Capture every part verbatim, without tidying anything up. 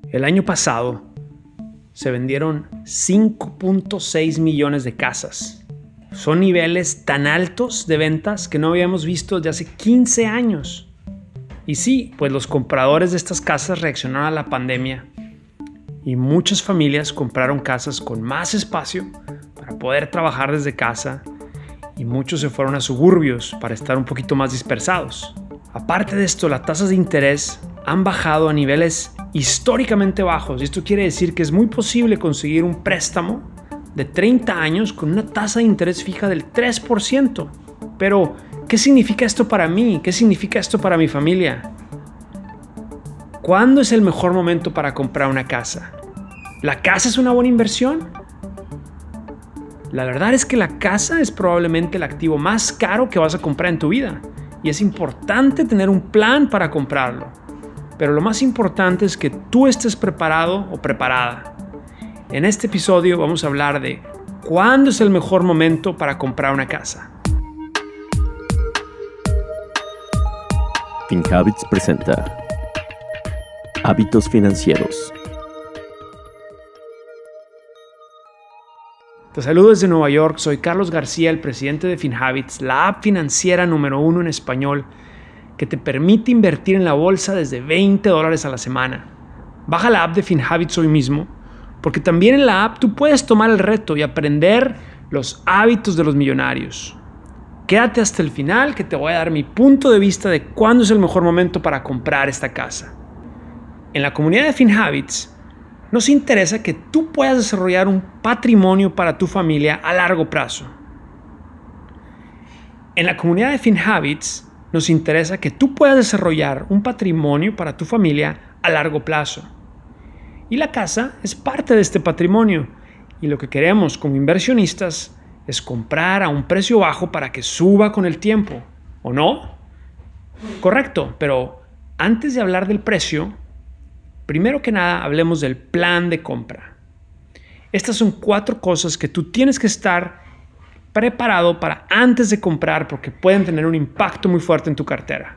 El año pasado se vendieron cinco punto seis millones de casas. Son niveles tan altos de ventas que no habíamos visto desde hace quince años. Y sí, pues los compradores de estas casas reaccionaron a la pandemia y muchas familias compraron casas con más espacio para poder trabajar desde casa y muchos se fueron a suburbios para estar un poquito más dispersados. Aparte de esto, las tasas de interés han bajado a niveles históricamente bajos y esto quiere decir que es muy posible conseguir un préstamo de treinta años con una tasa de interés fija del tres por ciento. Pero, ¿qué significa esto para mí? ¿Qué significa esto para mi familia? ¿Cuándo es el mejor momento para comprar una casa? ¿La casa es una buena inversión? La verdad es que la casa es probablemente el activo más caro que vas a comprar en tu vida y es importante tener un plan para comprarlo. Pero lo más importante es que tú estés preparado o preparada. En este episodio vamos a hablar de cuándo es el mejor momento para comprar una casa. FinHabits presenta Hábitos Financieros. Te saludo desde Nueva York, soy Carlos García, el presidente de FinHabits, la app financiera número uno en español que te permite invertir en la bolsa desde veinte dólares a la semana. Baja la app de FinHabits hoy mismo, porque también en la app tú puedes tomar el reto y aprender los hábitos de los millonarios. Quédate hasta el final que te voy a dar mi punto de vista de cuándo es el mejor momento para comprar esta casa. En la comunidad de FinHabits nos interesa que tú puedas desarrollar un patrimonio para tu familia a largo plazo. En la comunidad de FinHabits nos interesa que tú puedas desarrollar un patrimonio para tu familia a largo plazo. Y la casa es parte de este patrimonio. Y lo que queremos como inversionistas es comprar a un precio bajo para que suba con el tiempo. ¿O no? Correcto, pero antes de hablar del precio, primero que nada hablemos del plan de compra. Estas son cuatro cosas que tú tienes que estar preparado para antes de comprar porque pueden tener un impacto muy fuerte en tu cartera.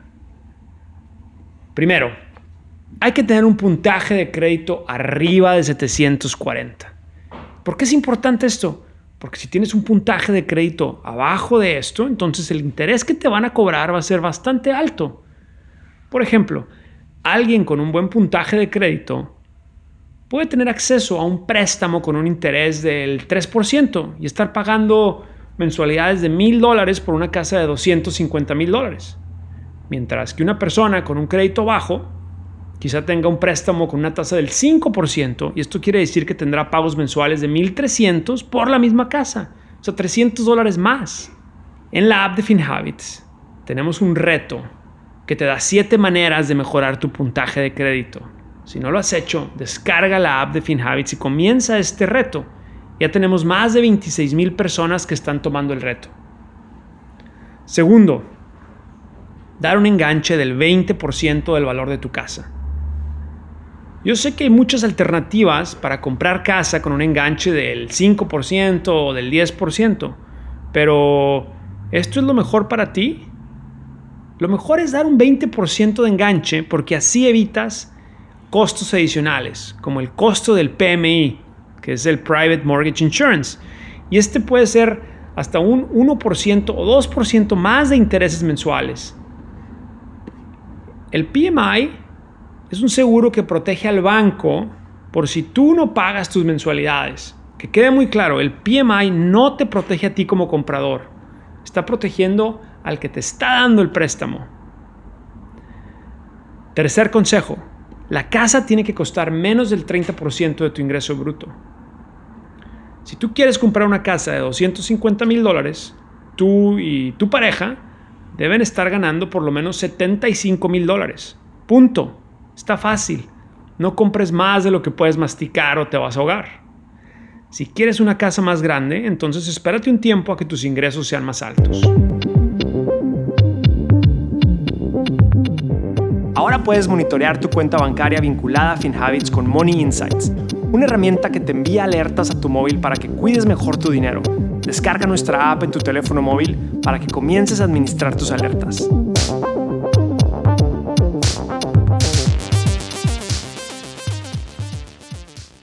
Primero, hay que tener un puntaje de crédito arriba de setecientos cuarenta. ¿Por qué es importante esto? Porque si tienes un puntaje de crédito abajo de esto, entonces el interés que te van a cobrar va a ser bastante alto. Por ejemplo, alguien con un buen puntaje de crédito puede tener acceso a un préstamo con un interés del tres por ciento y estar pagando mensualidades de mil dólares por una casa de doscientos cincuenta mil dólares. Mientras que una persona con un crédito bajo quizá tenga un préstamo con una tasa del cinco por ciento y esto quiere decir que tendrá pagos mensuales de mil trescientos por la misma casa, o sea, trescientos dólares más. En la app de FinHabits tenemos un reto que te da siete maneras de mejorar tu puntaje de crédito. Si no lo has hecho, descarga la app de FinHabits y comienza este reto. Ya tenemos más de veintiséis mil personas que están tomando el reto. Segundo, dar un enganche del veinte por ciento del valor de tu casa. Yo sé que hay muchas alternativas para comprar casa con un enganche del cinco por ciento o del diez por ciento, pero ¿esto es lo mejor para ti? Lo mejor es dar un veinte por ciento de enganche porque así evitas costos adicionales, como el costo del P M I, que es el Private Mortgage Insurance. Y este puede ser hasta un uno por ciento o dos por ciento más de intereses mensuales. El P M I es un seguro que protege al banco por si tú no pagas tus mensualidades. Que quede muy claro, el P M I no te protege a ti como comprador. Está protegiendo al que te está dando el préstamo. Tercer consejo. La casa tiene que costar menos del treinta por ciento de tu ingreso bruto. Si tú quieres comprar una casa de doscientos cincuenta mil dólares, tú y tu pareja deben estar ganando por lo menos setenta y cinco mil dólares. Punto. Está fácil. No compres más de lo que puedes masticar o te vas a ahogar. Si quieres una casa más grande, entonces espérate un tiempo a que tus ingresos sean más altos. Ahora puedes monitorear tu cuenta bancaria vinculada a FinHabits con Money Insights, una herramienta que te envía alertas a tu móvil para que cuides mejor tu dinero. Descarga nuestra app en tu teléfono móvil para que comiences a administrar tus alertas.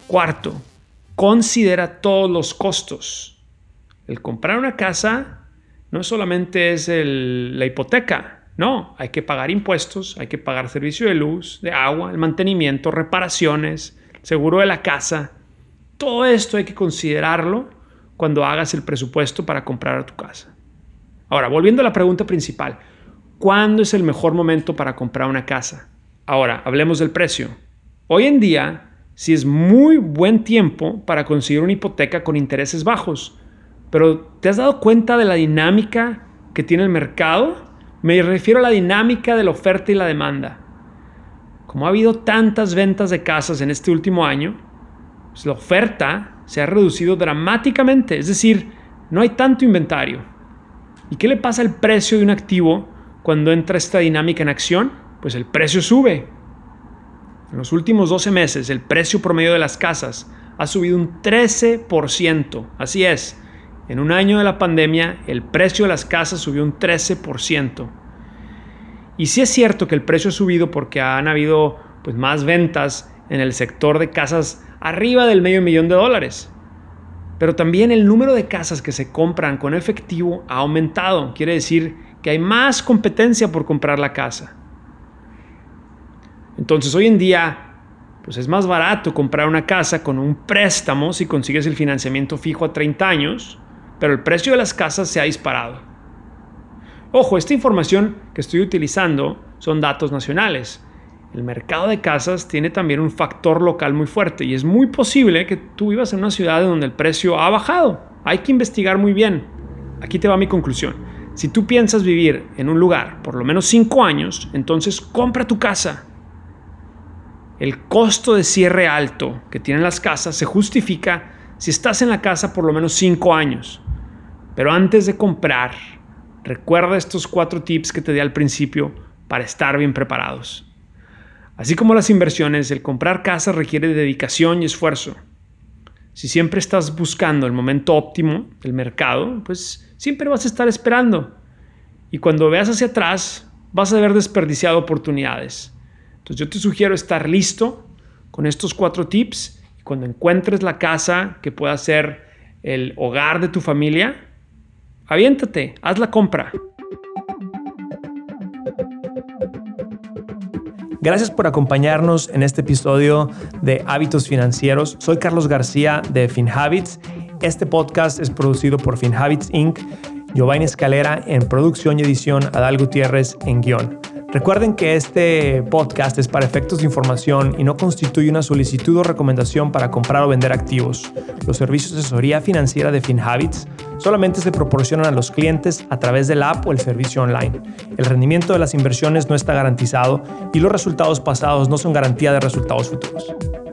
Cuarto, considera todos los costos. El comprar una casa no solamente es el, la hipoteca, no, hay que pagar impuestos, hay que pagar servicio de luz, de agua, el mantenimiento, reparaciones, seguro de la casa. Todo esto hay que considerarlo cuando hagas el presupuesto para comprar tu casa. Ahora, volviendo a la pregunta principal, ¿cuándo es el mejor momento para comprar una casa? Ahora, hablemos del precio. Hoy en día, sí es muy buen tiempo para conseguir una hipoteca con intereses bajos, pero ¿te has dado cuenta de la dinámica que tiene el mercado? Me refiero a la dinámica de la oferta y la demanda. Como ha habido tantas ventas de casas en este último año, pues la oferta se ha reducido dramáticamente, es decir, no hay tanto inventario. ¿Y qué le pasa al precio de un activo cuando entra esta dinámica en acción? Pues el precio sube. En los últimos doce meses, el precio promedio de las casas ha subido un trece por ciento. Así es, en un año de la pandemia, el precio de las casas subió un trece por ciento. Y sí es cierto que el precio ha subido porque han habido pues, más ventas en el sector de casas arriba del medio millón de dólares. Pero también el número de casas que se compran con efectivo ha aumentado. Quiere decir que hay más competencia por comprar la casa. Entonces hoy en día pues es más barato comprar una casa con un préstamo si consigues el financiamiento fijo a treinta años, pero el precio de las casas se ha disparado. Ojo, esta información que estoy utilizando son datos nacionales. El mercado de casas tiene también un factor local muy fuerte y es muy posible que tú vivas en una ciudad donde el precio ha bajado. Hay que investigar muy bien. Aquí te va mi conclusión. Si tú piensas vivir en un lugar por lo menos cinco años, entonces compra tu casa. El costo de cierre alto que tienen las casas se justifica si estás en la casa por lo menos cinco años. Pero antes de comprar, recuerda estos cuatro tips que te di al principio para estar bien preparados. Así como las inversiones, el comprar casa requiere dedicación y esfuerzo. Si siempre estás buscando el momento óptimo del mercado, pues siempre vas a estar esperando. Y cuando veas hacia atrás, vas a haber desperdiciado oportunidades. Entonces yo te sugiero estar listo con estos cuatro tips y cuando encuentres la casa que pueda ser el hogar de tu familia, aviéntate, haz la compra. Gracias por acompañarnos en este episodio de Hábitos Financieros. Soy Carlos García de FinHabits. Este podcast es producido por FinHabits incorporated. Giovanni Escalera en producción y edición, Adal Gutiérrez en guión. Recuerden que este podcast es para efectos de información y no constituye una solicitud o recomendación para comprar o vender activos. Los servicios de asesoría financiera de FinHabits solamente se proporcionan a los clientes a través de la app o el servicio online. El rendimiento de las inversiones no está garantizado y los resultados pasados no son garantía de resultados futuros.